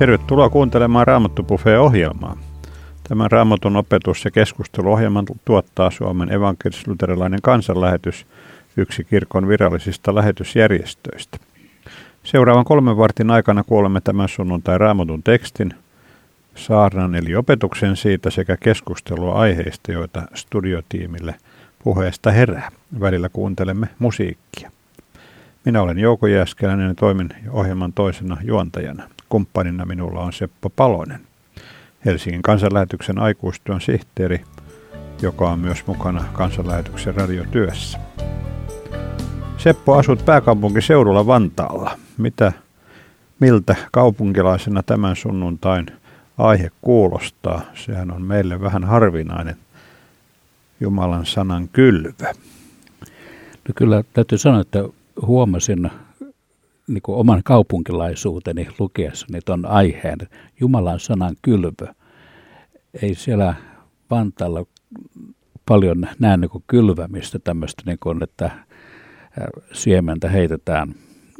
Tervetuloa kuuntelemaan Raamattu-Buffet-ohjelmaa. Tämän Raamatun opetus- ja keskusteluohjelman tuottaa Suomen evankelis-luterilainen kansanlähetys, yksi kirkon virallisista lähetysjärjestöistä. Seuraavan 3 vartin aikana kuulemme tämän sunnuntai Raamatun tekstin, saarnan eli opetuksen siitä sekä keskustelua aiheista, joita studiotiimille puheesta herää. Välillä kuuntelemme musiikkia. Minä olen Jouko Jääskeläinen ja toimin ohjelman toisena juontajana. Kumppanina minulla on Seppo Palonen, Helsingin kansanlähetyksen aikuistyön sihteeri, joka on myös mukana kansanlähetyksen radiotyössä. Seppo, asut pääkaupunkiseudulla Vantaalla. Miltä kaupunkilaisena tämän sunnuntain aihe kuulostaa? Sehän on meille vähän harvinainen Jumalan sanan kylvö. No kyllä täytyy sanoa, että huomasin niin kuin oman kaupunkilaisuuteni lukiessani tuon aiheen, Jumalan sanan kylvö. Ei siellä Vantaalla paljon näe niin kuin kylvämistä tämmöistä, niin kuin, että siementä heitetään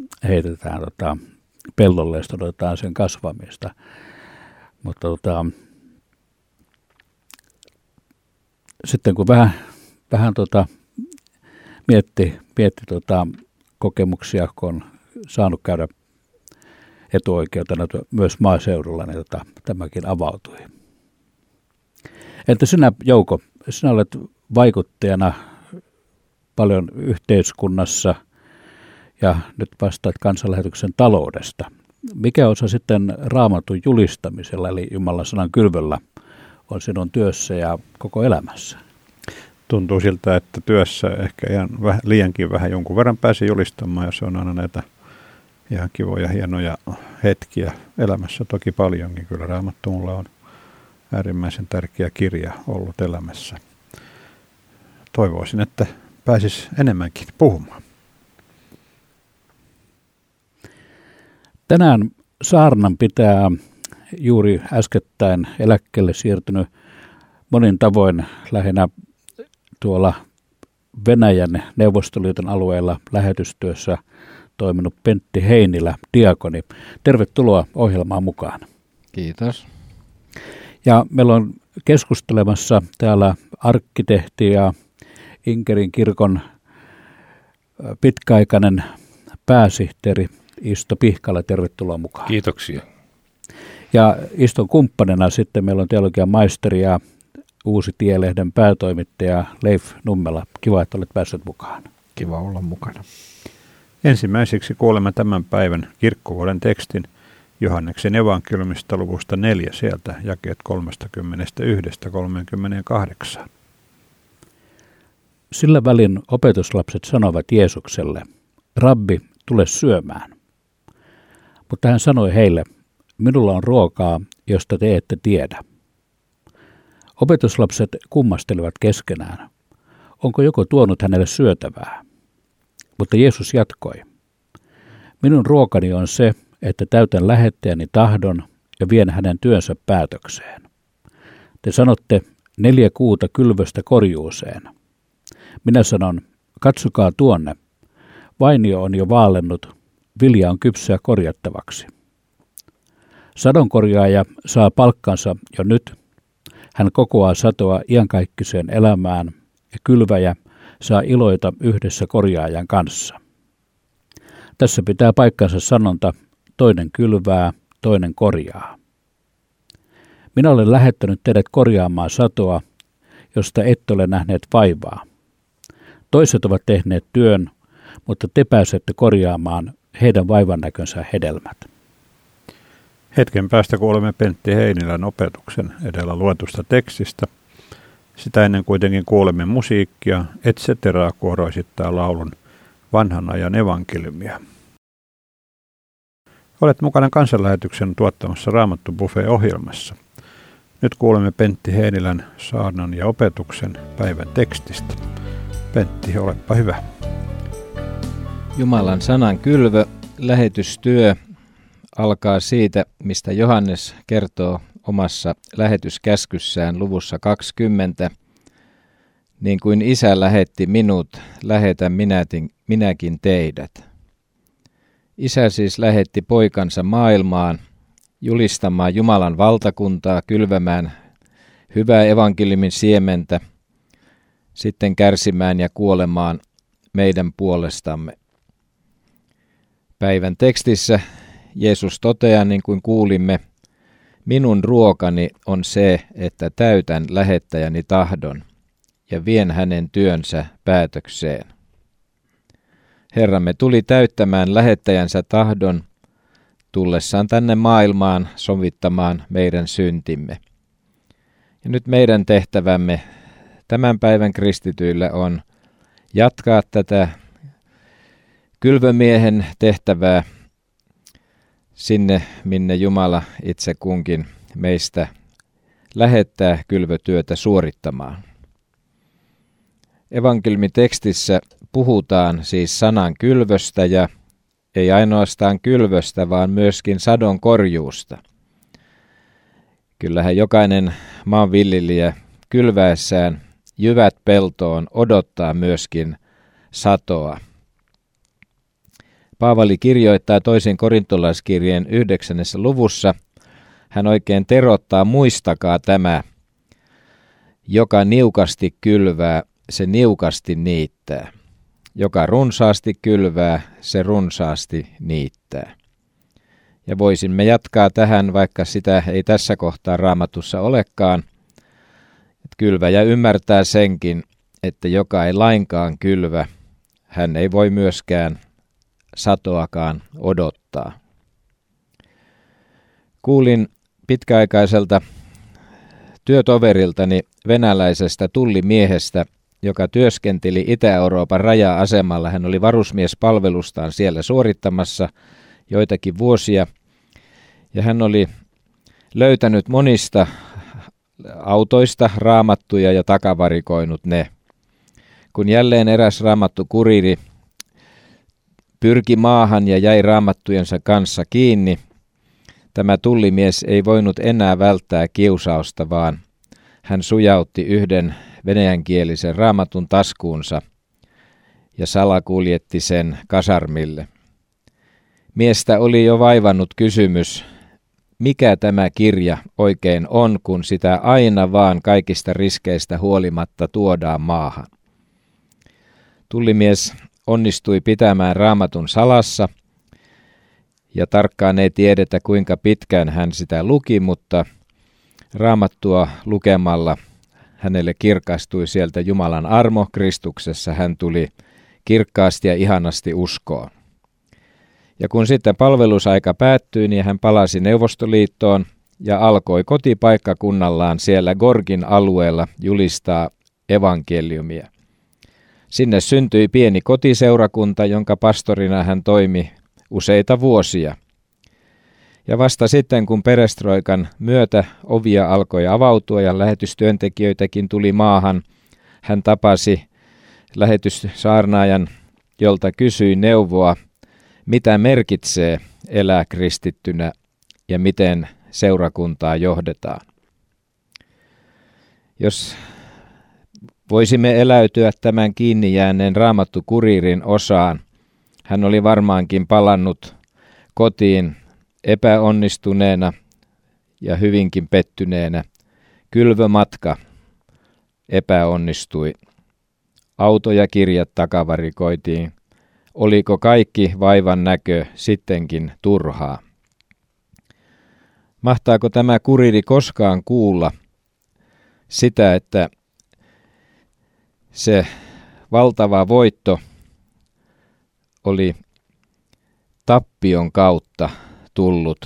pellolle ja odotetaan sen kasvamista. Mutta sitten kun vähän mietti kokemuksia, kun on saanut käydä etuoikeutena myös maaseudulla, niin tämäkin avautui. Entä sinä, Jouko, sinä olet vaikuttajana paljon yhteiskunnassa ja nyt vastaat kansanlähetyksen taloudesta. Mikä osa sitten Raamatun julistamisella, eli Jumalan sanan kylvöllä, on sinun työssä ja koko elämässä? Tuntuu siltä, että työssä ehkä liiankin vähän jonkun verran pääsi julistamaan, ja se on aina näitä ihan kivoja, hienoja hetkiä elämässä toki paljonkin. Kyllä Raamattu mulla on äärimmäisen tärkeä kirja ollut elämässä. Toivoisin, että pääsis enemmänkin puhumaan. Tänään saarnan pitää juuri äskettäin eläkkeelle siirtynyt monin tavoin lähinnä tuolla Venäjän Neuvostoliiton alueella lähetystyössä toiminut Pentti Heinilä, diakoni. Tervetuloa ohjelmaan mukaan. Kiitos. Ja meillä on keskustelemassa täällä arkkitehti ja Inkerin kirkon pitkäaikainen pääsihteeri Isto Pihkala. Tervetuloa mukaan. Kiitoksia. Ja Iston kumppanina sitten meillä on teologian maisteri ja Uusi Tie-lehden päätoimittaja Leif Nummela. Kiva, että olet päässyt mukaan. Kiva olla mukana. Ensimmäiseksi kuulemme tämän päivän kirkkovuoden tekstin Johanneksen evankeliumista luvusta 4, sieltä jakeet 31–38. Sillä välin opetuslapset sanovat Jeesukselle, Rabbi, tule syömään. Mutta hän sanoi heille, minulla on ruokaa, josta te ette tiedä. Opetuslapset kummastelivat keskenään. Onko joku tuonut hänelle syötävää? Mutta Jeesus jatkoi. Minun ruokani on se, että täytän lähettäjäni tahdon ja vien hänen työnsä päätökseen. Te sanotte 4 kuuta kylvöstä korjuuseen. Minä sanon, katsokaa tuonne. Vainio on jo vaallennut, vilja on kypsää korjattavaksi. Sadonkorjaaja saa palkkansa jo nyt. Hän kokoaa satoa iankaikkiseen elämään ja kylväjä saa iloita yhdessä korjaajan kanssa. Tässä pitää paikkansa sanonta, toinen kylvää, toinen korjaa. Minä olen lähettänyt teidät korjaamaan satoa, josta ette ole nähneet vaivaa. Toiset ovat tehneet työn, mutta te pääsette korjaamaan heidän vaivannäkönsä hedelmät. Hetken päästä kuulemme Pentti Heinilän opetuksen edellä luetusta tekstistä. Sitä ennen kuitenkin kuulemme musiikkia, et cetera -kuoro esittää laulun Vanhan ajan evankeliumia. Olet mukana kansanlähetyksen tuottamassa Raamattu-Buffet-ohjelmassa. Nyt kuulemme Pentti Heinilän saarnan ja opetuksen päivän tekstistä. Pentti, olepa hyvä. Jumalan sanan kylvö, lähetystyö alkaa siitä, mistä Johannes kertoo omassa lähetyskäskyssään luvussa 20. Niin kuin Isä lähetti minut, lähetän minäkin teidät. Isä siis lähetti poikansa maailmaan, julistamaan Jumalan valtakuntaa, kylvämään hyvää evankeliumin siementä, sitten kärsimään ja kuolemaan meidän puolestamme. Päivän tekstissä Jeesus toteaa, niin kuin kuulimme, minun ruokani on se, että täytän lähettäjäni tahdon ja vien hänen työnsä päätökseen. Herramme tuli täyttämään lähettäjänsä tahdon tullessaan tänne maailmaan sovittamaan meidän syntimme. Ja nyt meidän tehtävämme tämän päivän kristityillä on jatkaa tätä kylvömiehen tehtävää sinne, minne Jumala itse kunkin meistä lähettää kylvötyötä suorittamaan. Evankeliumitekstissä puhutaan siis sanan kylvöstä ja ei ainoastaan kylvöstä, vaan myöskin sadon korjuusta. Kyllähän jokainen maanviljelijä kylväessään jyvät peltoon odottaa myöskin satoa. Paavali kirjoittaa toisen korintolaiskirjeen 9. luvussa. Hän oikein terottaa, muistakaa tämä, joka niukasti kylvää, se niukasti niittää. Joka runsaasti kylvää, se runsaasti niittää. Ja voisimme jatkaa tähän, vaikka sitä ei tässä kohtaa Raamatussa olekaan. Kylväjä ymmärtää senkin, että joka ei lainkaan kylvä, hän ei voi myöskään satoakaan odottaa. Kuulin pitkäaikaiselta työtoveriltani venäläisestä tullimiehestä, joka työskenteli Itä-Euroopan raja-asemalla. Hän oli varusmiespalvelustaan siellä suorittamassa joitakin vuosia. Ja hän oli löytänyt monista autoista raamattuja ja takavarikoinut ne. Kun jälleen eräs raamattukuriri pyrki maahan ja jäi raamattujensa kanssa kiinni, tämä tullimies ei voinut enää välttää kiusausta, vaan hän sujautti yhden venäjänkielisen raamatun taskuunsa ja salakuljetti sen kasarmille. Miestä oli jo vaivannut kysymys, mikä tämä kirja oikein on, kun sitä aina vaan kaikista riskeistä huolimatta tuodaan maahan. Tullimies onnistui pitämään raamatun salassa, ja tarkkaan ei tiedetä kuinka pitkään hän sitä luki, mutta raamattua lukemalla hänelle kirkastui sieltä Jumalan armo Kristuksessa. Hän tuli kirkkaasti ja ihanasti uskoon. Ja kun sitten palvelusaika päättyi, niin hän palasi Neuvostoliittoon ja alkoi kotipaikkakunnallaan siellä Gorgin alueella julistaa evankeliumia. Sinne syntyi pieni kotiseurakunta, jonka pastorina hän toimi useita vuosia. Ja vasta sitten, kun perestroikan myötä ovia alkoi avautua ja lähetystyöntekijöitäkin tuli maahan, hän tapasi lähetyssaarnaajan, jolta kysyi neuvoa, mitä merkitsee elää kristittynä ja miten seurakuntaa johdetaan. Jos voisimme eläytyä tämän kiinni jääneen raamattukuriirin osaan, hän oli varmaankin palannut kotiin epäonnistuneena ja hyvinkin pettyneenä. Kylvömatka epäonnistui. Auto ja kirjat takavarikoitiin. Oliko kaikki vaivan näkö sittenkin turhaa? Mahtaako tämä kuriri koskaan kuulla sitä, että se valtava voitto oli tappion kautta tullut?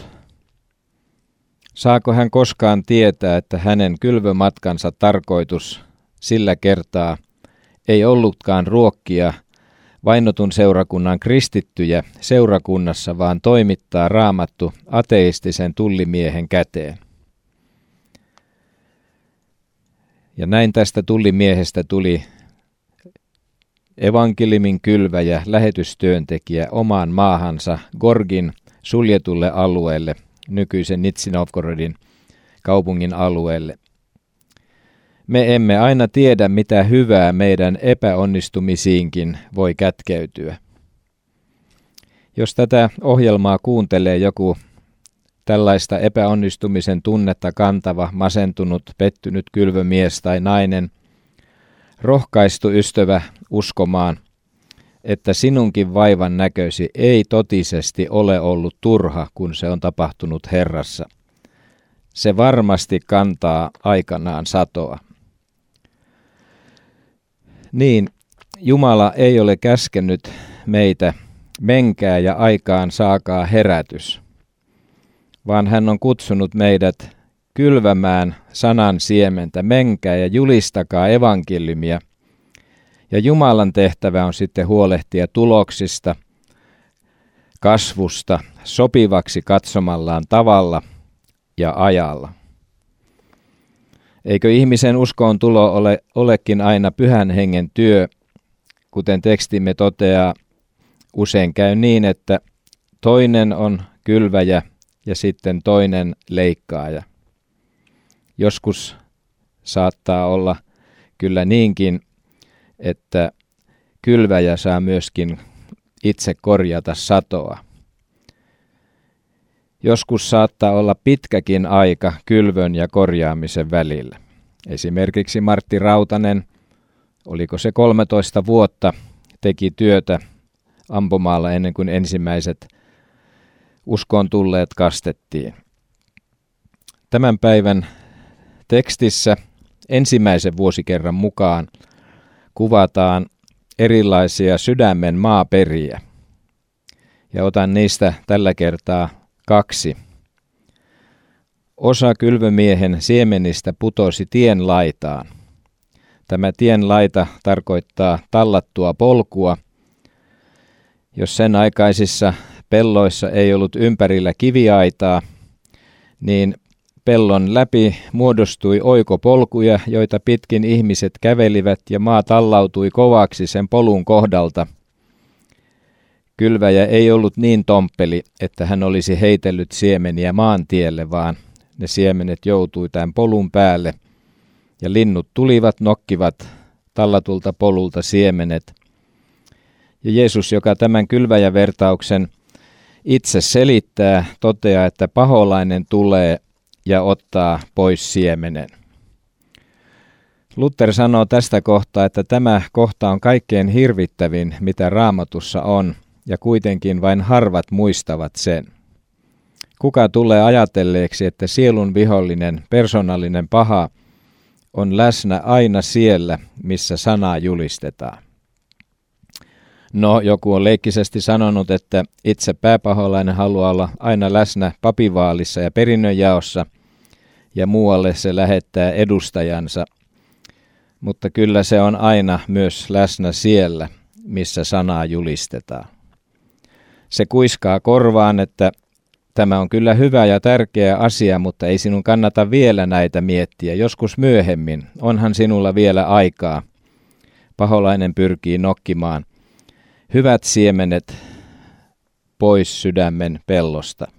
Saako hän koskaan tietää, että hänen kylvömatkansa tarkoitus sillä kertaa ei ollutkaan ruokkia vainotun seurakunnan kristittyjä seurakunnassa, vaan toimittaa raamattu ateistisen tullimiehen käteen? Ja näin tästä tullimiehestä tuli evankeliumin kylväjä, lähetystyöntekijä omaan maahansa Gorgin suljetulle alueelle, nykyisen Nizhny Novgorodin kaupungin alueelle. Me emme aina tiedä, mitä hyvää meidän epäonnistumisiinkin voi kätkeytyä. Jos tätä ohjelmaa kuuntelee joku tällaista epäonnistumisen tunnetta kantava, masentunut, pettynyt kylvömies tai nainen, rohkaistu ystävä uskomaan, että sinunkin vaivan näköisi ei totisesti ole ollut turha, kun se on tapahtunut Herrassa. Se varmasti kantaa aikanaan satoa. Niin, Jumala ei ole käskenyt meitä, menkää ja aikaan saakaa herätys, vaan hän on kutsunut meidät kylvämään sanan siementä, menkää ja julistakaa evankeliumia. Ja Jumalan tehtävä on sitten huolehtia tuloksista, kasvusta, sopivaksi katsomallaan tavalla ja ajalla. Eikö ihmisen uskoon tulo olekin aina Pyhän Hengen työ, kuten tekstimme toteaa, usein käy niin, että toinen on kylväjä ja sitten toinen leikkaaja. Joskus saattaa olla kyllä niinkin, että kylväjä saa myöskin itse korjata satoa. Joskus saattaa olla pitkäkin aika kylvön ja korjaamisen välillä. Esimerkiksi Martti Rautanen, oliko se 13 vuotta, teki työtä ampumaalla ennen kuin ensimmäiset uskoon tulleet kastettiin. Tämän päivän tekstissä ensimmäisen vuosikerran mukaan kuvataan erilaisia sydämen maaperiä. Ja otan niistä tällä kertaa 2. Osa kylvömiehen siemenistä putosi tien laitaan. Tämä tien laita tarkoittaa tallattua polkua. Jos sen aikaisissa pelloissa ei ollut ympärillä kiviaitaa, niin pellon läpi muodostui oikopolkuja, joita pitkin ihmiset kävelivät ja maa tallautui kovaksi sen polun kohdalta. Kylväjä ei ollut niin tomppeli, että hän olisi heitellyt siemeniä maantielle, vaan ne siemenet joutui tämän polun päälle ja linnut tulivat, nokkivat tallatulta polulta siemenet. Ja Jeesus, joka tämän kylväjävertauksen itse selittää, toteaa, että paholainen tulee ja ottaa pois siemenen. Luther sanoo tästä kohtaa, että tämä kohta on kaikkein hirvittävin, mitä Raamatussa on, ja kuitenkin vain harvat muistavat sen. Kuka tulee ajatelleeksi, että sielun vihollinen, persoonallinen paha, on läsnä aina siellä, missä sanaa julistetaan? No, joku on leikkisesti sanonut, että itse pääpaholainen haluaa olla aina läsnä papivaalissa ja perinnönjaossa, ja muualle se lähettää edustajansa. Mutta kyllä se on aina myös läsnä siellä, missä sanaa julistetaan. Se kuiskaa korvaan, että tämä on kyllä hyvä ja tärkeä asia, mutta ei sinun kannata vielä näitä miettiä. Joskus myöhemmin, onhan sinulla vielä aikaa. Paholainen pyrkii nokkimaan hyvät siemenet pois sydämen pellosta.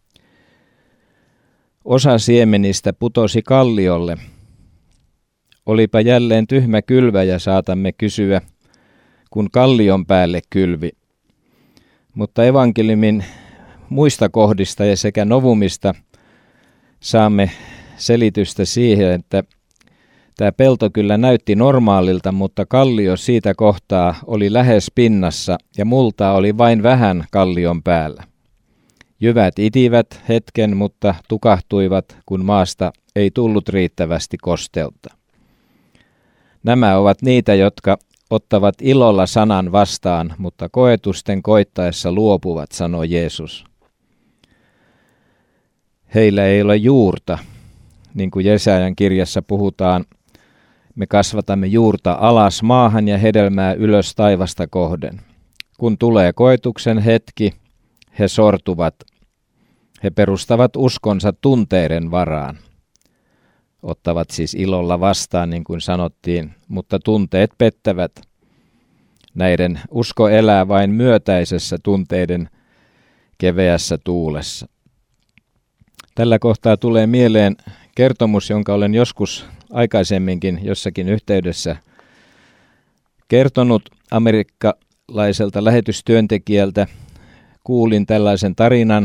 Osa siemenistä putosi kalliolle. Olipa jälleen tyhmä kylväjä, saatamme kysyä, kun kallion päälle kylvi. Mutta evankeliumin muista kohdista ja sekä novumista saamme selitystä siihen, että tämä pelto kyllä näytti normaalilta, mutta kallio siitä kohtaa oli lähes pinnassa ja multaa oli vain vähän kallion päällä. Jyvät itivät hetken, mutta tukahtuivat, kun maasta ei tullut riittävästi kosteutta. Nämä ovat niitä, jotka ottavat ilolla sanan vastaan, mutta koetusten koittaessa luopuvat, sanoi Jeesus. Heillä ei ole juurta, niin kuin Jesajan kirjassa puhutaan. Me kasvatamme juurta alas maahan ja hedelmää ylös taivasta kohden. Kun tulee koetuksen hetki, he sortuvat. He perustavat uskonsa tunteiden varaan. Ottavat siis ilolla vastaan, niin kuin sanottiin, mutta tunteet pettävät. Näiden usko elää vain myötäisessä tunteiden keveässä tuulessa. Tällä kohtaa tulee mieleen kertomus, jonka olen joskus aikaisemminkin jossakin yhteydessä kertonut amerikkalaiselta lähetystyöntekijältä. Kuulin tällaisen tarinan,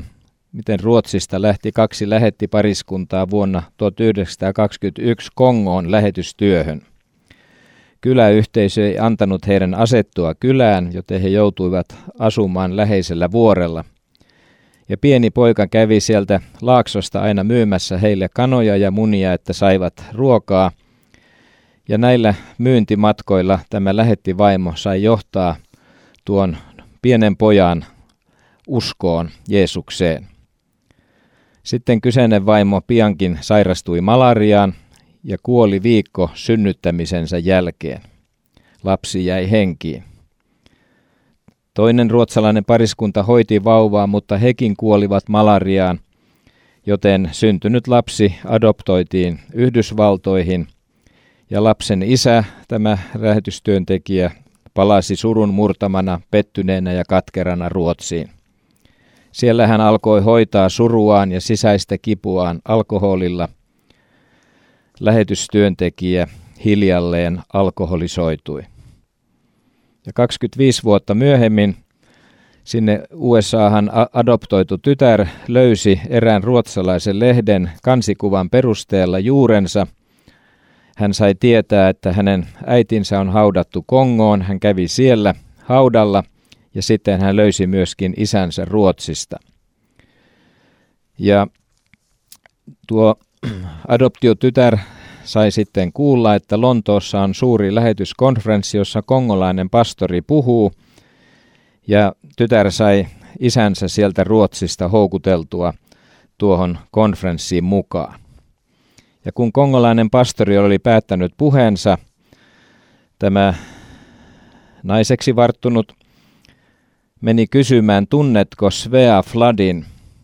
miten Ruotsista lähti 2 lähettipariskuntaa vuonna 1921 Kongoon lähetystyöhön. Kyläyhteisö ei antanut heidän asettua kylään, joten he joutuivat asumaan läheisellä vuorella. Ja pieni poika kävi sieltä laaksosta aina myymässä heille kanoja ja munia, että saivat ruokaa. Ja näillä myyntimatkoilla tämä lähettivaimo sai johtaa tuon pienen pojan uskoon Jeesukseen. Sitten kyseinen vaimo piankin sairastui malariaan ja kuoli viikko synnyttämisensä jälkeen. Lapsi jäi henkiin. Toinen ruotsalainen pariskunta hoiti vauvaa, mutta hekin kuolivat malariaan, joten syntynyt lapsi adoptoitiin Yhdysvaltoihin ja lapsen isä, tämä lähetystyöntekijä, palasi surun murtamana, pettyneenä ja katkerana Ruotsiin. Siellä hän alkoi hoitaa suruaan ja sisäistä kipuaan alkoholilla. Lähetystyöntekijä hiljalleen alkoholisoitui. Ja 25 vuotta myöhemmin sinne USAhan adoptoitu tytär löysi erään ruotsalaisen lehden kansikuvan perusteella juurensa. Hän sai tietää, että hänen äitinsä on haudattu Kongoon. Hän kävi siellä haudalla ja sitten hän löysi myöskin isänsä Ruotsista. Ja tuo adoptiotytär sai sitten kuulla, että Lontoossa on suuri lähetyskonferenssi, jossa kongolainen pastori puhuu. Ja tytär sai isänsä sieltä Ruotsista houkuteltua tuohon konferenssiin mukaan. Ja kun kongolainen pastori oli päättänyt puheensa, tämä naiseksi varttunut meni kysymään, tunnetko Svea Floodin?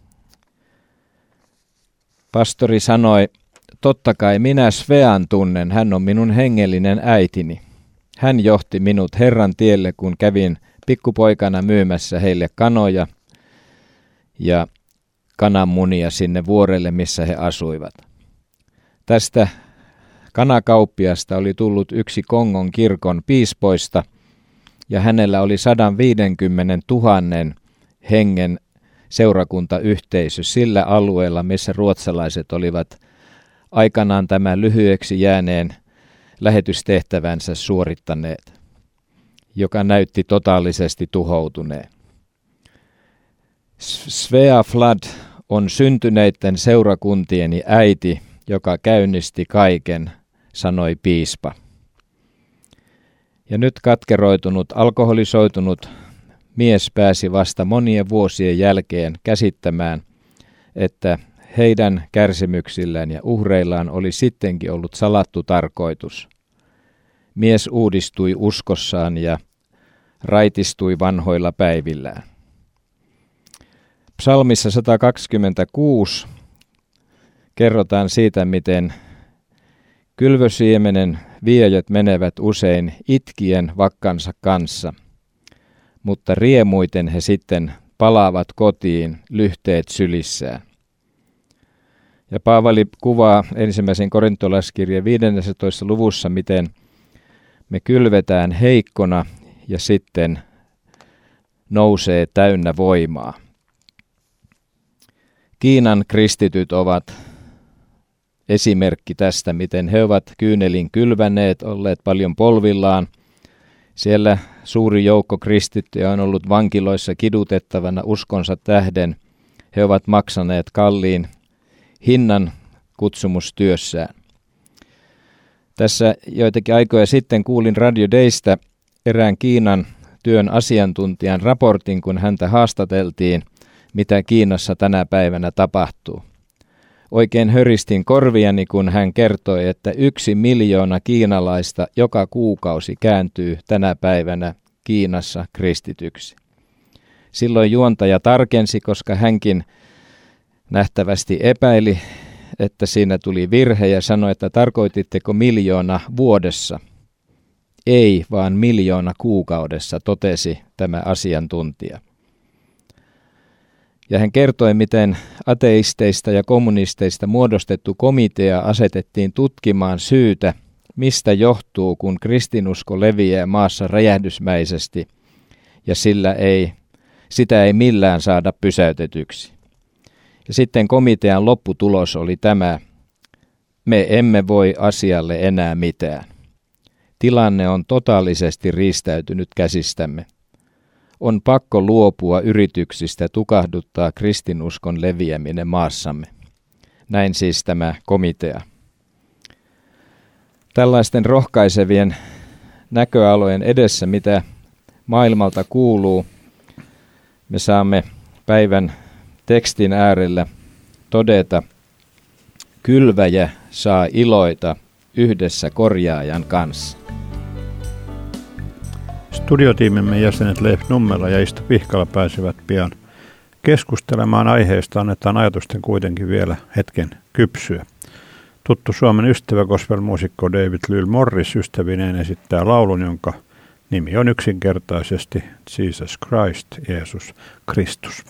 Pastori sanoi, totta kai minä Svean tunnen, hän on minun hengellinen äitini. Hän johti minut Herran tielle, kun kävin pikkupoikana myymässä heille kanoja ja kananmunia sinne vuorelle, missä he asuivat. Tästä kanakauppiasta oli tullut yksi Kongon kirkon piispoista ja hänellä oli 150 000 hengen seurakuntayhteisö sillä alueella, missä ruotsalaiset olivat aikanaan tämän lyhyeksi jääneen lähetystehtävänsä suorittaneet, joka näytti totaalisesti tuhoutuneen. Svea Flood on syntyneiden seurakuntieni äiti, joka käynnisti kaiken, sanoi piispa. Ja nyt katkeroitunut, alkoholisoitunut mies pääsi vasta monien vuosien jälkeen käsittämään, että heidän kärsimyksillään ja uhreillaan oli sittenkin ollut salattu tarkoitus. Mies uudistui uskossaan ja raitistui vanhoilla päivillään. Psalmissa 126 kerrotaan siitä, miten kylvösiemenen viejät menevät usein itkien vakkansa kanssa, mutta riemuiten he sitten palaavat kotiin lyhteet sylissään. Ja Paavali kuvaa ensimmäisen korintolaiskirjeen 15. luvussa, miten me kylvetään heikkona ja sitten nousee täynnä voimaa. Kiinan kristityt ovat esimerkki tästä, miten he ovat kyynelin kylväneet, olleet paljon polvillaan. Siellä suuri joukko kristittyjä on ollut vankiloissa kidutettavana uskonsa tähden. He ovat maksaneet kalliin hinnan kutsumustyössään. Tässä joitakin aikoja sitten kuulin Radio Daystä erään Kiinan työn asiantuntijan raportin, kun häntä haastateltiin, mitä Kiinassa tänä päivänä tapahtuu. Oikein höristin korviani, kun hän kertoi, että 1 miljoona kiinalaista joka kuukausi kääntyy tänä päivänä Kiinassa kristityksi. Silloin juontaja tarkensi, koska hänkin nähtävästi epäili, että siinä tuli virhe ja sanoi, että tarkoititteko 1 miljoona vuodessa? Ei, vaan 1 miljoona kuukaudessa, totesi tämä asiantuntija. Ja hän kertoi, miten ateisteista ja kommunisteista muodostettu komitea asetettiin tutkimaan syytä, mistä johtuu, kun kristinusko leviää maassa räjähdysmäisesti ja sitä ei millään saada pysäytetyksi. Ja sitten komitean lopputulos oli tämä: me emme voi asialle enää mitään. Tilanne on totaalisesti riistäytynyt käsistämme. On pakko luopua yrityksistä tukahduttaa kristinuskon leviäminen maassamme. Näin siis tämä komitea. Tällaisten rohkaisevien näköalojen edessä, mitä maailmalta kuuluu, me saamme päivän tekstin äärellä todeta: kylväjä saa iloita yhdessä korjaajan kanssa. Studiotiimimme jäsenet Leif Nummela ja Isto Pihkala pääsevät pian keskustelemaan aiheesta. Annetaan ajatusten kuitenkin vielä hetken kypsyä. Tuttu Suomen ystävä gospel-muusikko David Lyhl Morris ystävineen esittää laulun, jonka nimi on yksinkertaisesti Jesus Christ, Jeesus Kristus.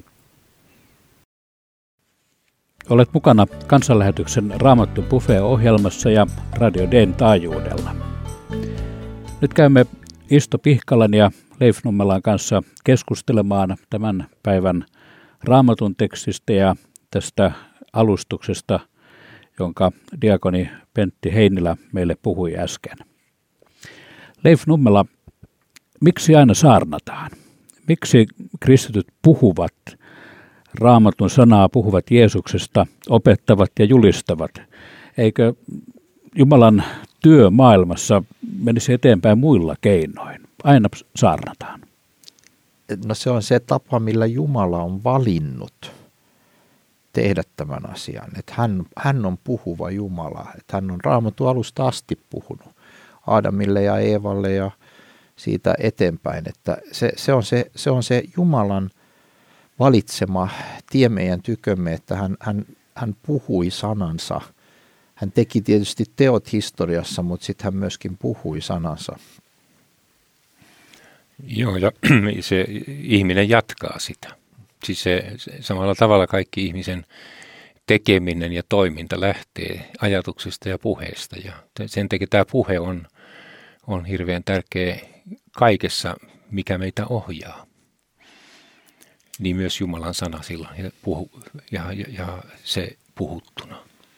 Olet mukana kansanlähetyksen Raamattu Buffet-ohjelmassa ja Radio D:n taajuudella. Nyt käymme Isto Pihkalan ja Leif Nummelan kanssa keskustelemaan tämän päivän Raamatun tekstistä ja tästä alustuksesta, jonka diakoni Pentti Heinilä meille puhui äsken. Leif Nummela, miksi aina saarnataan? Miksi kristityt puhuvat Raamatun sanaa, puhuvat Jeesuksesta, opettavat ja julistavat? Eikö Jumalan työ maailmassa menisi eteenpäin muilla keinoin? Aina saarnataan. No se on se tapa, millä Jumala on valinnut tehdä tämän asian. Että hän on puhuva Jumala. Että hän on Raamatun alusta asti puhunut Aadamille ja Eevalle ja siitä eteenpäin. Että se on se Jumalan valitsema tie meidän tykömme, että hän puhui sanansa. Hän teki tietysti teot historiassa, mutta sitten hän myöskin puhui sanansa. Joo, ja se ihminen jatkaa sitä. Siis se samalla tavalla kaikki ihmisen tekeminen ja toiminta lähtee ajatuksesta ja puheesta. Ja sen takia tämä puhe on hirveän tärkeä kaikessa, mikä meitä ohjaa. Niin myös Jumalan sana silloin ja se puhuttuna.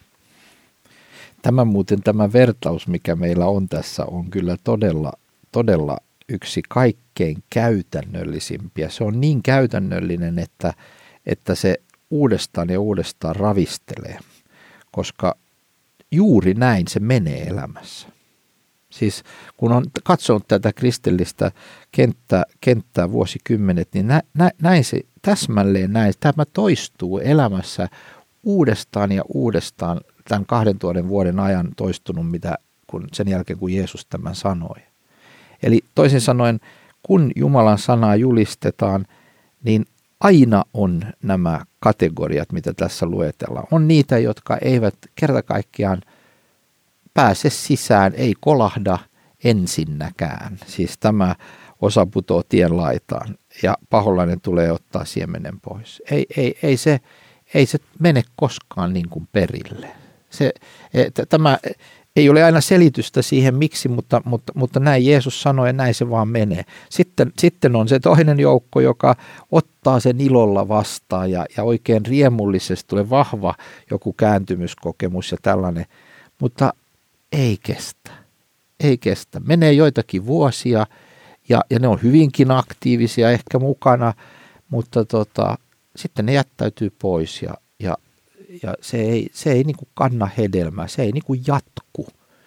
Tämä vertaus, mikä meillä on tässä, on kyllä todella yksi kaikkein käytännöllisimpiä. Se on niin käytännöllinen, että se uudestaan ja uudestaan ravistelee, koska juuri näin se menee elämässä. Siis kun on katsonut tätä kristillistä kenttää vuosikymmenet, niin näin se täsmälleen näin. Tämä toistuu elämässä uudestaan ja uudestaan tämän 2000 vuoden ajan toistunut, sen jälkeen kun Jeesus tämän sanoi. Eli toisin sanoen, kun Jumalan sanaa julistetaan, niin aina on nämä kategoriat, mitä tässä luetellaan. On niitä, jotka eivät kerta kaikkiaan pääse sisään, ei kolahda ensinnäkään. Siis tämä osa putoo tien laitaan ja paholainen tulee ottaa siemenen pois. Ei se mene koskaan niin kuin perille. Tämä ei ole aina selitystä siihen miksi, mutta näin Jeesus sanoi ja näin se vaan menee. Sitten on se toinen joukko, joka ottaa sen ilolla vastaan ja oikein riemullisesti tulee vahva joku kääntymyskokemus ja tällainen, mutta ei kestä. Menee joitakin vuosia ja ne on hyvinkin aktiivisia ehkä mukana, mutta sitten ne jättäytyy pois ja se ei niin kuin kanna hedelmää, se ei niin kuin jatku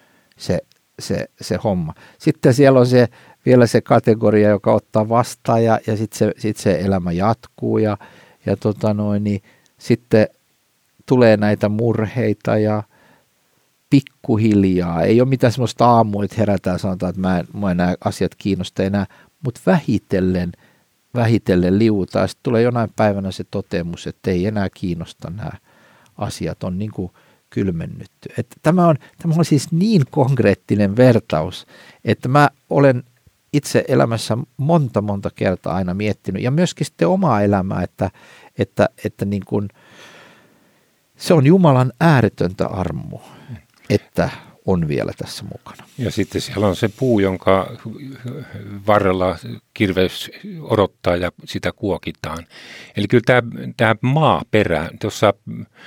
se homma. Sitten siellä on vielä se kategoria, joka ottaa vastaan ja sitten se elämä jatkuu ja niin sitten tulee näitä murheita ja pikkuhiljaa. Ei ole mitään semmoista aamua, että herätään sanotaan, että mä en nämä asiat kiinnosta enää, mutta vähitellen liuutaan. Sitten tulee jonain päivänä se toteamus, että ei enää kiinnosta nämä asiat, on niin kuin kylmennytty. Että tämä on siis niin konkreettinen vertaus, että mä olen itse elämässä monta kertaa aina miettinyt ja myöskin sitten omaa elämää, että niin kuin se on Jumalan ääretöntä armoa, että on vielä tässä mukana. Ja sitten siellä on se puu, jonka varrella kirves odottaa ja sitä kuokitaan. Eli kyllä tämä maaperä, tuossa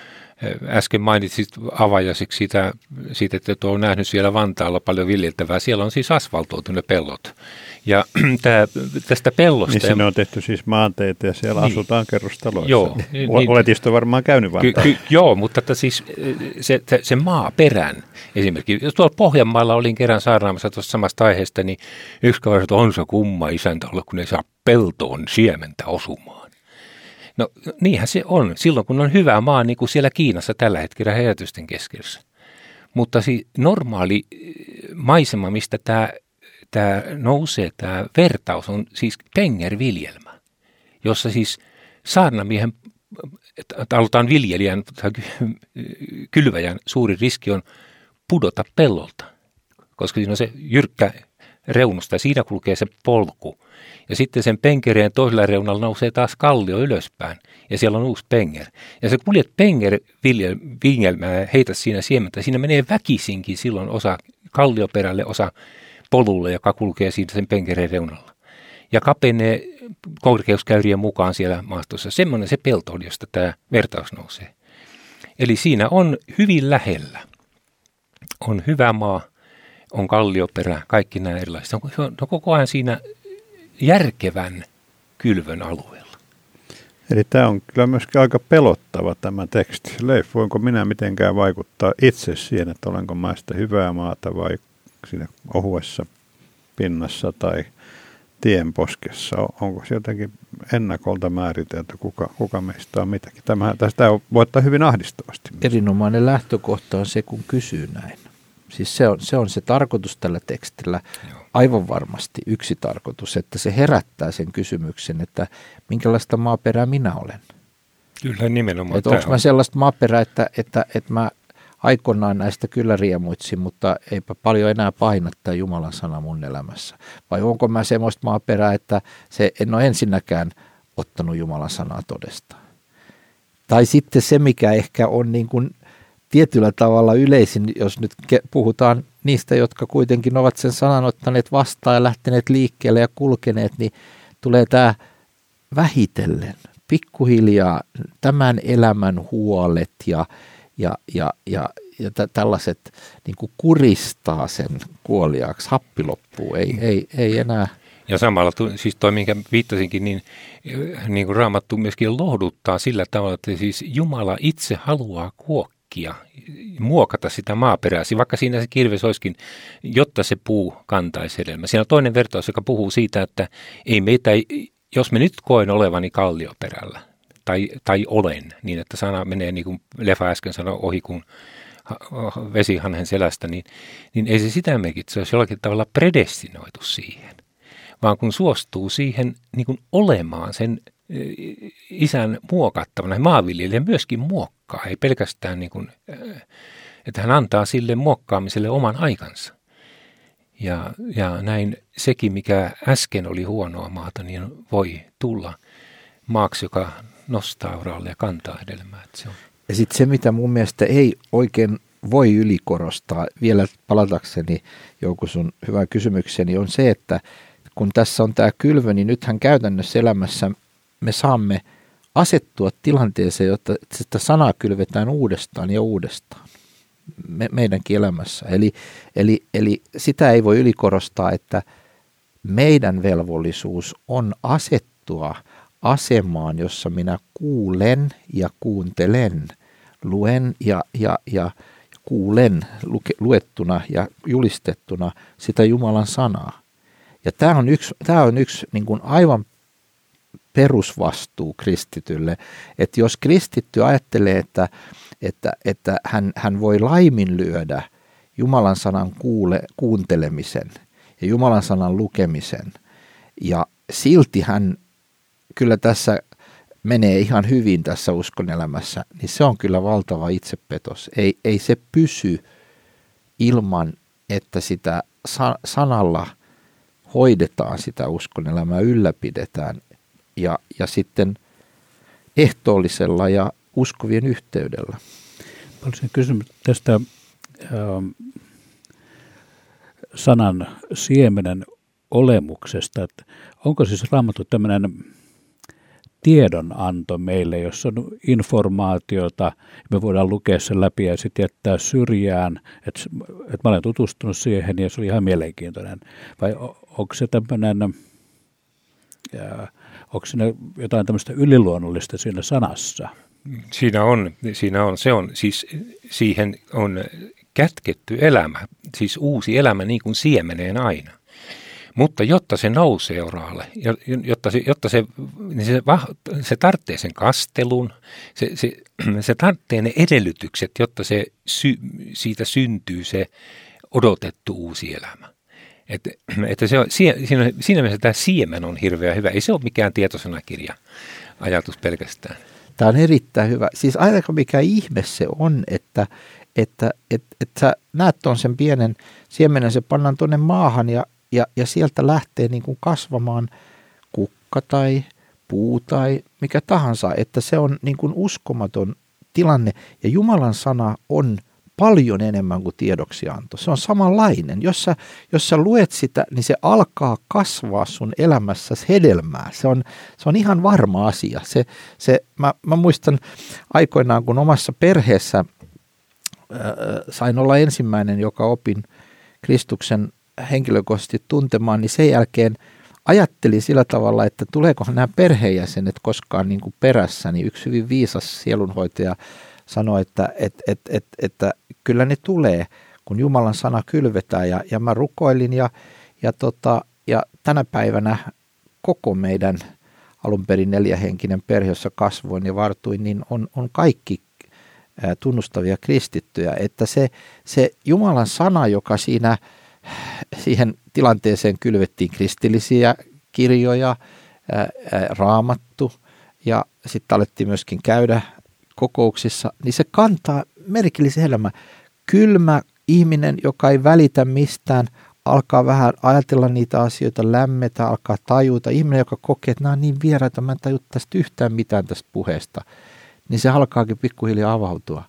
äsken mainitsit avajaiseksi siitä, että on nähnyt siellä Vantaalla paljon viljeltävää. Siellä on siis asfaltoitu ne pellot. Ja tästä pellosta... Niin sinne on tehty siis maanteitä ja siellä niin. Asutaan kerrostaloissa. Joo. Olet istu varmaan käynyt Vantaalla. Joo, mutta että siis se maaperän esimerkiksi. Jos tuolla Pohjanmaalla olin kerran saarnaamassa tuosta samasta aiheesta, niin yksi kaveri, että on se kumma isäntä olla, kun ei saa peltoon siementä osumaan. No niinhän se on, silloin kun on hyvä maa, niin kuin siellä Kiinassa tällä hetkellä herätysten keskellä. Mutta normaali maisema, mistä tämä nousee, tämä vertaus on siis pengerviljelmä, jossa siis saarnamiehen, aloitetaan viljelijän tai kylväjän suuri riski on pudota pellolta, koska siinä on se jyrkkä reunusta ja siinä kulkee se polku. Ja sitten sen penkereen toisella reunalla nousee taas kallio ylöspäin ja siellä on uusi penger. Ja se kuljet pengerviljelmää ja heität siinä siementä. Siinä menee väkisinkin silloin osa kallioperälle, osa polulle, joka kulkee siitä sen penkereen reunalla. Ja kapenee korkeuskäyrien mukaan siellä maastossa. Semmoinen se pelto on, josta tämä vertaus nousee. Eli siinä on hyvin lähellä. On hyvä maa, on kallioperä, kaikki nämä erilaiset. On koko ajan siinä järkevän kylvön alueella. Eli tämä on kyllä myöskin aika pelottava tämä teksti. Leif, voinko minä mitenkään vaikuttaa itse siihen, että olenko mä sitä hyvää maata vai siinä ohuessa pinnassa tai tienposkessa? Onko se jotenkin ennakolta määritelty, kuka meistä on mitäkin? Tästä voi ottaa hyvin ahdistavasti. Erinomainen lähtökohta on se, kun kysyy näin. Siis se on se tarkoitus tällä tekstillä. Aivan varmasti yksi tarkoitus, että se herättää sen kysymyksen, että minkälaista maaperää minä olen. Kyllä nimenomaan. Että onko mä sellaista maaperää, että mä aikoinaan näistä kyllä riemuitsin, mutta eipä paljon enää paina tämä Jumalan sana mun elämässä. Vai onko mä semmoista maaperää, että en ole ensinnäkään ottanut Jumalan sanaa todestaan. Tai sitten se, mikä ehkä on niin kuin tietyllä tavalla yleisin, jos nyt puhutaan niistä, jotka kuitenkin ovat sen sanan ottaneet vastaan ja lähteneet liikkeelle ja kulkeneet, niin tulee tämä vähitellen, pikkuhiljaa tämän elämän huolet ja tällaiset niin kuin kuristaa sen kuoliaaksi, happi loppuu, ei enää. Ja samalla siis toi, minkä viittasinkin, niin kuin Raamattu myöskin lohduttaa sillä tavalla, että siis Jumala itse haluaa kuokkia, muokata sitä maaperää, vaikka siinä se kirves olisikin, jotta se puu kantaisi hedelmää. Siinä on toinen vertaus, joka puhuu siitä, että jos me nyt koen olevani kallioperällä, tai olen, niin että sana menee niin kuin Lefa äsken sanoi ohi kuin vesihanhen selästä, niin ei se sitä merkitse, se olisi jollakin tavalla predestinoitu siihen, vaan kun suostuu siihen niin kuin olemaan sen isän muokattavana, maanviljelijä myöskin muokkaa, ei pelkästään niin kuin, että hän antaa sille muokkaamiselle oman aikansa. Ja näin sekin, mikä äsken oli huonoa maata, niin voi tulla maaksi, joka nostaa uraalle ja kantaa hedelmää. Ja sitten se, mitä mun mielestä ei oikein voi ylikorostaa, vielä palatakseni Jouko sun hyvään kysymykseni, on se, että kun tässä on tämä kylvö, niin nythän käytännössä elämässä me saamme asettua tilanteeseen, jotta sitä sanaa kylvetään uudestaan ja uudestaan meidänkin elämässä. Eli sitä ei voi ylikorostaa, että meidän velvollisuus on asettua asemaan, jossa minä kuulen ja kuuntelen, luen ja kuulen luettuna ja julistettuna sitä Jumalan sanaa. Ja tämä on yksi niin kuin aivan perusvastuu kristitylle, että jos kristitty ajattelee, että hän voi laiminlyödä Jumalan sanan kuuntelemisen ja Jumalan sanan lukemisen, ja silti hän kyllä tässä menee ihan hyvin tässä uskonelämässä, niin se on kyllä valtava itsepetos. Ei se pysy ilman, että sitä sanalla hoidetaan sitä uskonelämää, ylläpidetään ja sitten ehtoollisella ja uskovien yhteydellä. Olisin kysymys tästä sanan siemenen olemuksesta, että onko siis Raamattu tämmöinen tiedonanto meille, jos on informaatiota, me voidaan lukea sen läpi ja sitten jättää syrjään, että mä olen tutustunut siihen ja se oli ihan mielenkiintoinen. Vai onko se tämmöinen, onko siinä jotain tämmöistä yliluonnollista siinä sanassa? Siinä on. Se on siis, siihen on kätketty elämä, siis uusi elämä niin kuin siemeneen aina. Mutta jotta se nousee oraalle, se tarvitsee sen kastelun, se tarvitsee ne edellytykset, jotta siitä syntyy se odotettu uusi elämä. Että se on, siinä mielessä tämä siemen on hirveän hyvä. Ei se ole mikään tietosanakirja ajatus pelkästään. Tämä on erittäin hyvä. Siis ainakaan mikä ihme se on, että sä näet tuon sen pienen siemenen, se pannaan tuonne maahan ja sieltä lähtee niin kuin kasvamaan kukka tai puu tai mikä tahansa, että se on niin kuin uskomaton tilanne. Ja Jumalan sana on paljon enemmän kuin tiedoksianto. Se on samanlainen. Jos sä luet sitä, niin se alkaa kasvaa sun elämässäsi hedelmää. Se on ihan varma asia. Mä muistan aikoinaan, kun omassa perheessä sain olla ensimmäinen, joka opin Kristuksen henkilökohtaisesti tuntemaan, niin sen jälkeen ajattelin sillä tavalla, että tuleekohan nämä perheenjäsenet koskaan niin kuin perässä, niin yksi hyvin viisas sielunhoitaja sanoi, että kyllä ne tulee, kun Jumalan sana kylvetään, ja mä rukoilin, ja tänä päivänä koko meidän alun perin 4-henkinen perhe, jossa kasvoin ja vartuin, niin on kaikki tunnustavia kristittyjä, että se Jumalan sana, joka siihen tilanteeseen kylvettiin kristillisiä kirjoja, Raamattu, ja sitten alettiin myöskin käydä kokouksissa, niin se kantaa merkillisen elämä. Kylmä ihminen, joka ei välitä mistään, alkaa vähän ajatella niitä asioita, lämmetä, alkaa tajuta. Ihminen, joka kokee, että nämä on niin vieraita, mä en taju tästä yhtään mitään tästä puheesta, niin se alkaakin pikkuhiljaa avautua.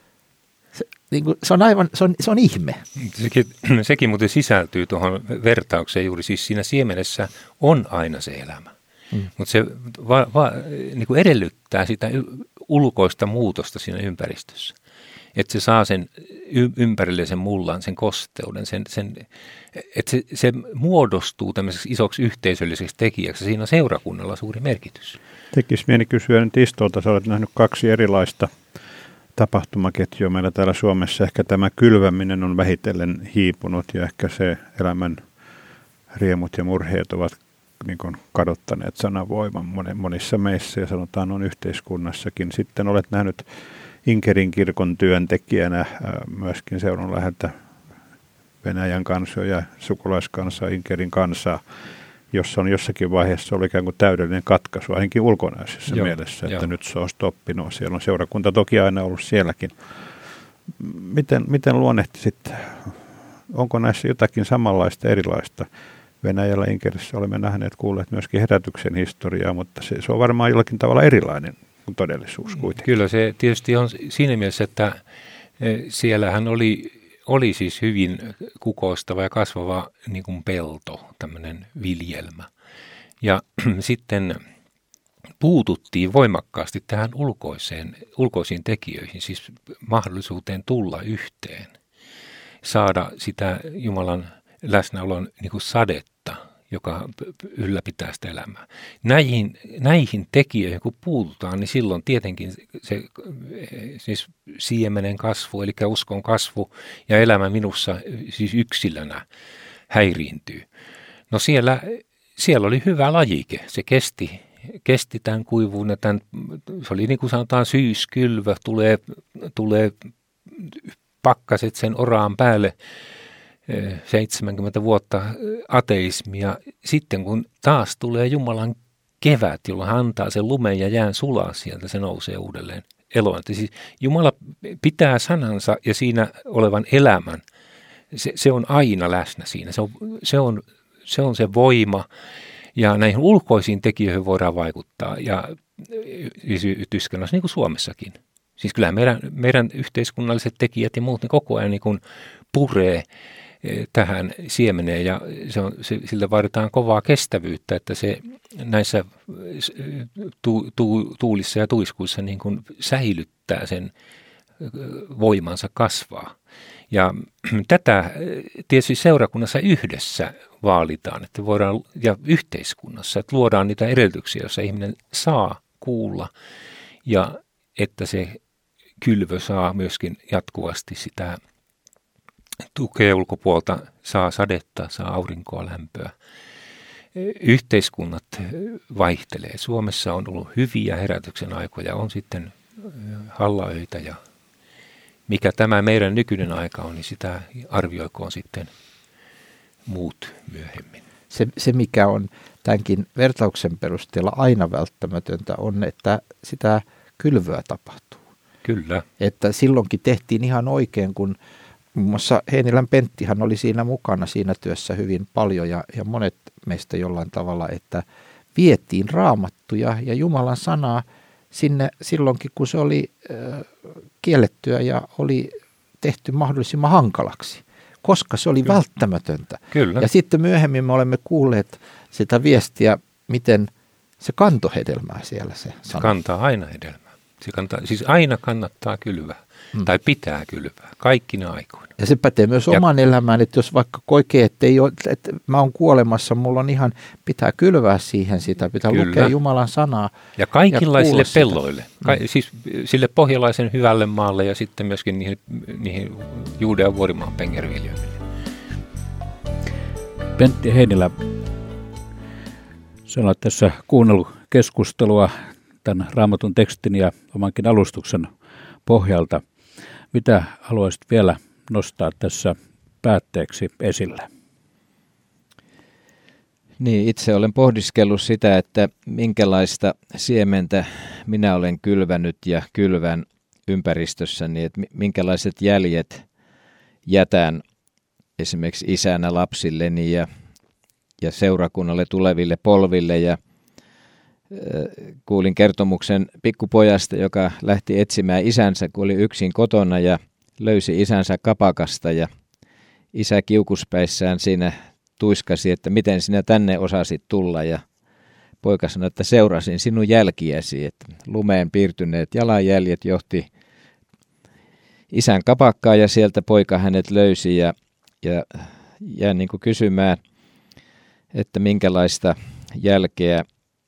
Se on ihme. Sekin muuten sisältyy tuohon vertaukseen juuri, siis siinä siemenessä on aina se elämä. Mutta se niin kuin edellyttää sitä ulkoista muutosta siinä ympäristössä. Että se saa sen ympärille sen mullan, sen kosteuden, että se muodostuu tämmöiseksi isoksi yhteisölliseksi tekijäksi. Siinä on seurakunnalla suuri merkitys. Tekisi mieli kysyä nyt Istolta, sä olet nähnyt 2 erilaista tapahtumaketjua meillä täällä Suomessa. Ehkä tämä kylväminen on vähitellen hiipunut ja ehkä se elämän riemut ja murheet ovat niin kuin kadottaneet sanavoiman monissa meissä ja sanotaan on yhteiskunnassakin. Sitten olet nähnyt Inkerin kirkon työntekijänä myöskin seurun läheltä Venäjän kansaa ja sukulaiskansaa, Inkerin kansaa, jossa on jossakin vaiheessa ollut ikään kuin täydellinen katkaisu, ainakin ulkonäöisessä mielessä, että nyt se on stoppi. No, siellä on seurakunta toki aina ollut sielläkin. Miten luonnehtisit, onko näissä jotakin samanlaista, erilaista? Venäjällä, Inkerissä olemme nähneet, kuulleet myöskin herätyksen historiaa, mutta se on varmaan jollakin tavalla erilainen kuin todellisuus kuitenkin. Kyllä se tietysti on siinä mielessä, että siellähän oli siis hyvin kukoistava ja kasvava niin kuin pelto, tämmöinen viljelmä. Ja sitten puututtiin voimakkaasti tähän ulkoisiin tekijöihin, siis mahdollisuuteen tulla yhteen, saada sitä Jumalan läsnäolon niin kuin sadetta, joka ylläpitää sitä elämää. Näihin tekijöihin, kun puututaan, niin silloin tietenkin se siis siemenen kasvu, eli uskon kasvu ja elämä minussa siis yksilönä häiriintyy. No siellä oli hyvä lajike. Se kesti tämän kuivuun. Se oli niin kuin sanotaan syyskylvö, tulee pakkaset sen oraan päälle. 70 vuotta ateismia. Sitten kun taas tulee Jumalan kevät, jolloin hän antaa sen lumen ja jään sulaa sieltä, se nousee uudelleen eloon. Siis Jumala pitää sanansa ja siinä olevan elämän. Se on aina läsnä siinä. Se on se voima ja näihin ulkoisiin tekijöihin voidaan vaikuttaa ja yhteiskunnassa niin kuin Suomessakin. Siis kyllä meidän yhteiskunnalliset tekijät ja muut niin koko ajan niin kuin puree tähän siemeneen ja sillä vaaditaan kovaa kestävyyttä, että se näissä tuulissa ja tuiskuissa niin kuin säilyttää sen voimansa kasvaa. Ja tätä tietysti seurakunnassa yhdessä vaalitaan, että voidaan, ja yhteiskunnassa, että luodaan niitä edellytyksiä, joissa ihminen saa kuulla ja että se kylvö saa myöskin jatkuvasti sitä tukea ulkopuolta, saa sadetta, saa aurinkoa, lämpöä. Yhteiskunnat vaihtelee. Suomessa on ollut hyviä herätyksen aikoja, on sitten hallaöitä ja mikä tämä meidän nykyinen aika on, niin sitä arvioikoon sitten muut myöhemmin. Se mikä on tämänkin vertauksen perusteella aina välttämätöntä on, että sitä kylvöä tapahtuu. Kyllä. Että silloinkin tehtiin ihan oikein, kun muun muassa Heinilän Penttihan oli siinä mukana siinä työssä hyvin paljon ja monet meistä jollain tavalla, että vietiin raamattuja ja Jumalan sanaa sinne silloinkin, kun se oli kiellettyä ja oli tehty mahdollisimman hankalaksi, koska se oli välttämätöntä. Kyllä. Ja sitten myöhemmin me olemme kuulleet sitä viestiä, miten se kantoi hedelmää siellä se sana. Se kantaa aina hedelmää. Siis aina kannattaa kylvää tai pitää kylvää, kaikkina aikoina. Ja se pätee myös omaan elämään, että jos vaikka kokee, että mä oon kuolemassa, mulla on ihan, pitää kylvää siihen sitä, pitää lukea Jumalan sanaa. Ja kaikenlaisille pelloille, siis sille pohjalaisen hyvälle maalle ja sitten myöskin niihin Juudean vuorimaan pengerviljoille. Pentti Heinilä, sinä olet tässä kuunnellut keskustelua tämän Raamatun tekstin ja omankin alustuksen pohjalta. Mitä haluaisit vielä nostaa tässä päätteeksi esille? Niin, itse olen pohdiskellut sitä, että minkälaista siementä minä olen kylvänyt ja kylvän ympäristössäni, että minkälaiset jäljet jätän esimerkiksi isänä lapsilleni ja seurakunnalle tuleville polville. Ja kuulin kertomuksen pikkupojasta, joka lähti etsimään isänsä, kun oli yksin kotona ja löysi isänsä kapakasta ja isä kiukuspäissään siinä tuiskasi, että miten sinä tänne osasit tulla ja poika sanoi, että seurasin sinun jälkiäsi, että lumeen piirtyneet jalanjäljet johti isän kapakkaa ja sieltä poika hänet löysi ja jäin niin kuin kysymään, että minkälaista jälkeä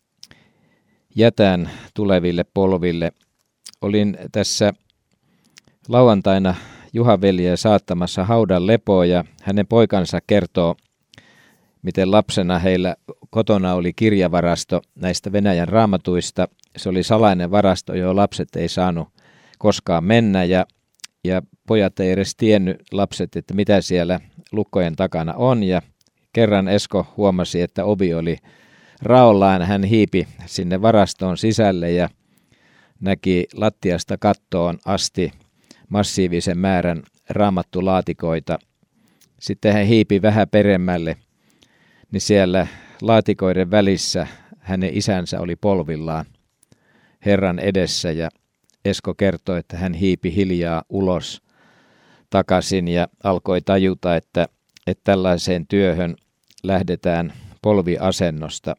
jätän tuleville polville. Olin tässä lauantaina Juha-veljeä saattamassa haudan lepoa ja hänen poikansa kertoo, miten lapsena heillä kotona oli kirjavarasto näistä Venäjän raamatuista. Se oli salainen varasto, johon lapset ei saanut koskaan mennä ja pojat ei edes tiennyt lapset, että mitä siellä lukkojen takana on. Ja kerran Esko huomasi, että ovi oli raollaan. Hän hiipi sinne varastoon sisälle ja näki lattiasta kattoon asti massiivisen määrän raamattulaatikoita. Sitten hän hiipi vähän peremmälle, niin siellä laatikoiden välissä hänen isänsä oli polvillaan Herran edessä ja Esko kertoi, että hän hiipi hiljaa ulos takaisin ja alkoi tajuta, että tällaiseen työhön lähdetään polviasennosta.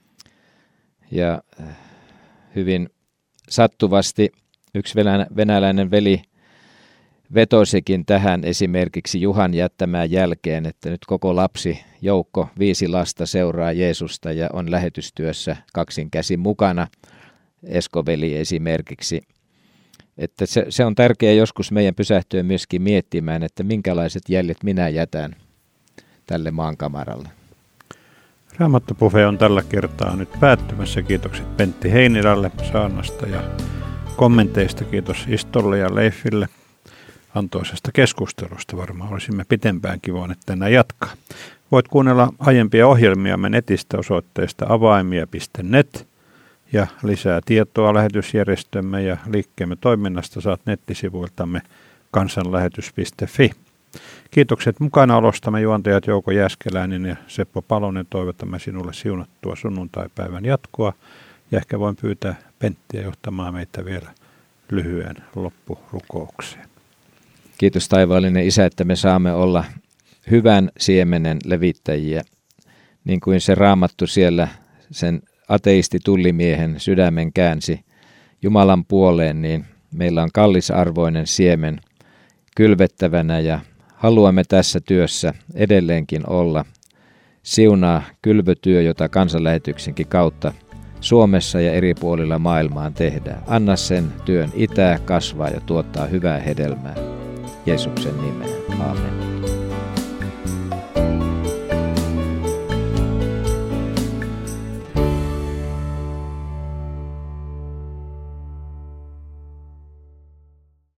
Ja hyvin sattuvasti yksi venäläinen veli vetosikin tähän esimerkiksi Juhan jättämään jälkeen, että nyt koko lapsijoukko 5 lasta seuraa Jeesusta ja on lähetystyössä kaksin käsin mukana, Eskoveli esimerkiksi. Että se on tärkeää joskus meidän pysähtyä myöskin miettimään, että minkälaiset jäljet minä jätän tälle maankamaralle. Raamattopuhe on tällä kertaa nyt päättymässä. Kiitokset Pentti Heinilälle saarnasta ja kommenteista. Kiitos Istolle ja Leifille antoisesta keskustelusta. Varmaan olisimme pitempäänkin voineet tänään jatkaa. Voit kuunnella aiempia ohjelmiamme netistä osoitteesta avaimia.net ja lisää tietoa lähetysjärjestömme ja liikkeemme toiminnasta saat nettisivuiltamme kansanlähetys.fi. Kiitokset mukanaolostamme juontajat Jouko Jääskeläinen ja Seppo Palonen. Toivotamme sinulle siunattua sunnuntaipäivän jatkoa ja ehkä voin pyytää Penttiä johtamaan meitä vielä lyhyen loppurukoukseen. Kiitos taivaallinen Isä, että me saamme olla hyvän siemenen levittäjiä, niin kuin se Raamattu siellä sen ateisti-tullimiehen sydämen käänsi Jumalan puoleen, niin meillä on kallisarvoinen siemen kylvettävänä ja haluamme tässä työssä edelleenkin olla. Siunaa kylvötyö, jota kansanlähetyksenkin kautta Suomessa ja eri puolilla maailmaan tehdään. Anna sen työn itää, kasvaa ja tuottaa hyvää hedelmää. Jeesuksen nimeen. Aamen.